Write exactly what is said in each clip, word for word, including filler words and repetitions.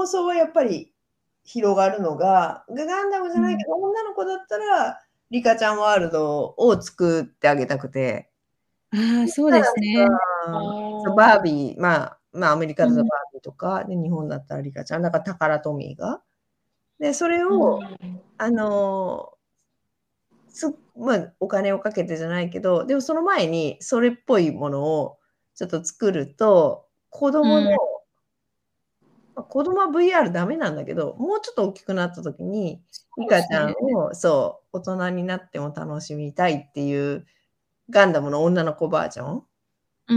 妄想はやっぱり広がるのが、ガガンダムじうん。 ゃないけど、女の子だったら、リカちゃんワールドを作ってあげたくて。 ああ、そうそしたらですね。 さ、そう、 ああ。 バービー、まあまあ、アメリカだとバうん。 ービーとか、で、日本だったらリカちゃん、だからタカラトミーが。で、それうを、 ん。 あのつま、お金をかけてじゃないけど、でもその前にそれっぽいものをちょっと作ると、子供のうん。 ま、子供は VR ダメなんだけど、もうちょっと大きくなった時に、 そうリカちゃんですね。 をそう、大人になっても楽しみたいっていうガンダムの女の子バージョン。 うん。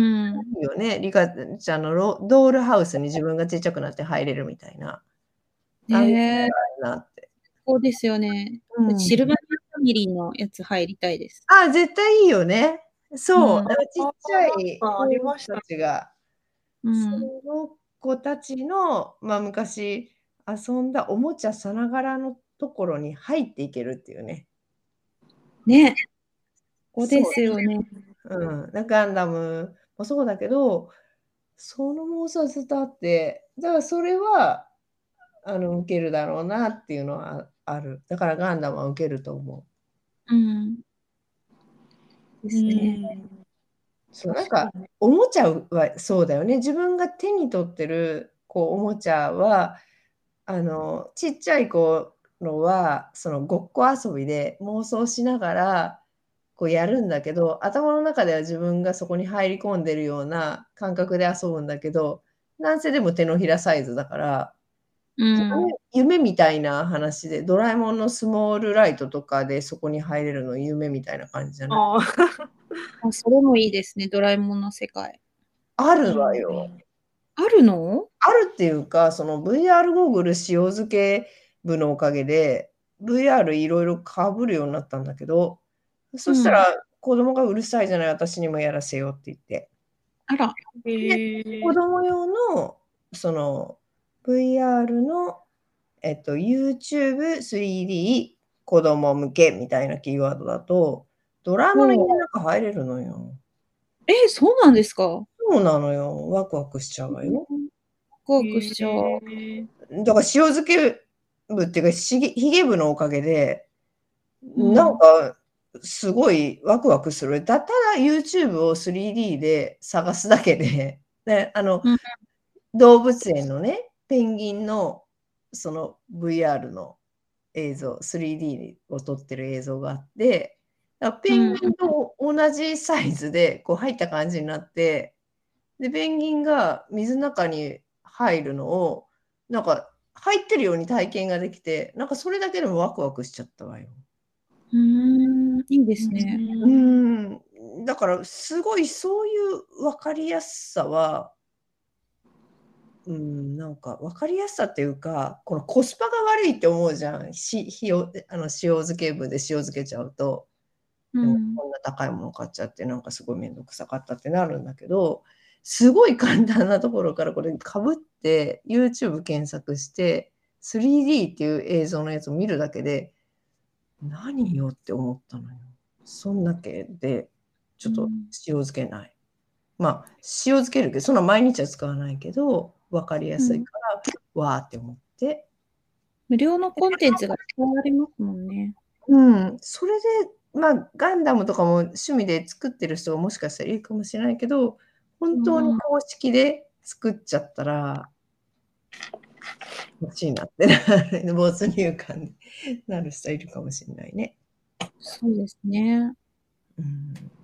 いいよね、リカんちゃんのロドールハウスに自分がちっちゃくなって入れるみたいな。ああいうねえ。 なって。 そうですよね。 うん。 シルバニアファミリーのやつ入りたいです。 ああ、絶対いいよね。そう、 うん。 だからちっあちゃあ、なんいかありましたた。 ちが、そうん。 の子たちの、ま、昔遊んだおもちゃさながらのところに入っていけるっていうね。 ね。こでそうすよね。 だね。うん、なガンダムもそうだけど、その妄想はずっとあって、だからそれは、あの、受けるだろうなっていうのはある。だからガンダムは受けると思う。 うん。でうすね。 ん。そう、なんか、 確かに。 おもちゃはそうだよね。自分が手に取ってる、こう、おもちゃは、あの、ちっちゃい頃は、その、ごっこ遊びで妄想しながら、こう、やるんだけど、頭の中では自分がそこに入り込んでるような感覚で遊ぶんだけど、なんせでも手のひらサイズだから、 うん。 夢夢みたいな話で、ドラえもんのスモールライトとかでそこに入れるの夢みたいな感じじゃない？ ああ。あ、それもいいですね、ドラえもんの世界。 あうん。 るわよ。 あるの？ あるっていうか、その VR ゴーグル塩漬け部のおかげで、VR 色々かぶるようになったんだけど、そしたらうん。 子供が「うるさいじゃない、私にもやらせよ」って言って。 あら、 で、 へえ。 子供用の、その VR の、えっと、YouTube 3D 子供向けみたいなキーワードだと、ドラえもんのほう。 家ん中入れるのよ。 え、そうなんですか？ そうなのよ、ワクワクしちゃうわよ。 ワクワクへしちゃう。 え。ん、だから塩漬け部っていうか、しげひげ部のおかげで、なんうん。 かすごいワクワクする。たただ YouTube を 3D で探すだけで、で、あの、 うん。 動物園のね、ペンギンのその VR の映像、3D を撮ってる映像があって、だペンうん。 ギンと同じサイズでこう入った感じになって、で、ペンギンが水ん中に入るのを、なんか入ってるように体験ができて、なんかそれだけでもワクワクしちゃったわよ。 ふーん、いいでうすね。 ーん。うーん、だからすごいそういう分かりやすさはうーん、なんか分かりやすさっていうか、このコスパが悪いって思うじゃん。しひよえ、あの、塩漬け部で塩漬けちゃうと。でもうん。 こんな高いもの買っちゃって、なんかすごい面倒くさかったってなるんだけど、すごい簡単なところからこれかぶって、YouTube 検索して、3D っていう映像のやつを見るだけで、何よって思ったのよ。そんだけで、ちょっとうん。 塩漬けない。ま、塩漬けるけど、そんな毎日は使わないけど、分かりやうん。 すいから、わあって思って。 無料のコンテンツがいっぱいありますもんね。 うん、それで、ま、ガンダムとかも趣味で作ってる人がもしかしたらいるかもしれないけど、本当にうん。 公式で作っちゃったら欲しいなってなる、没入感になる人いるかもしんないね。 そうですね。 うん。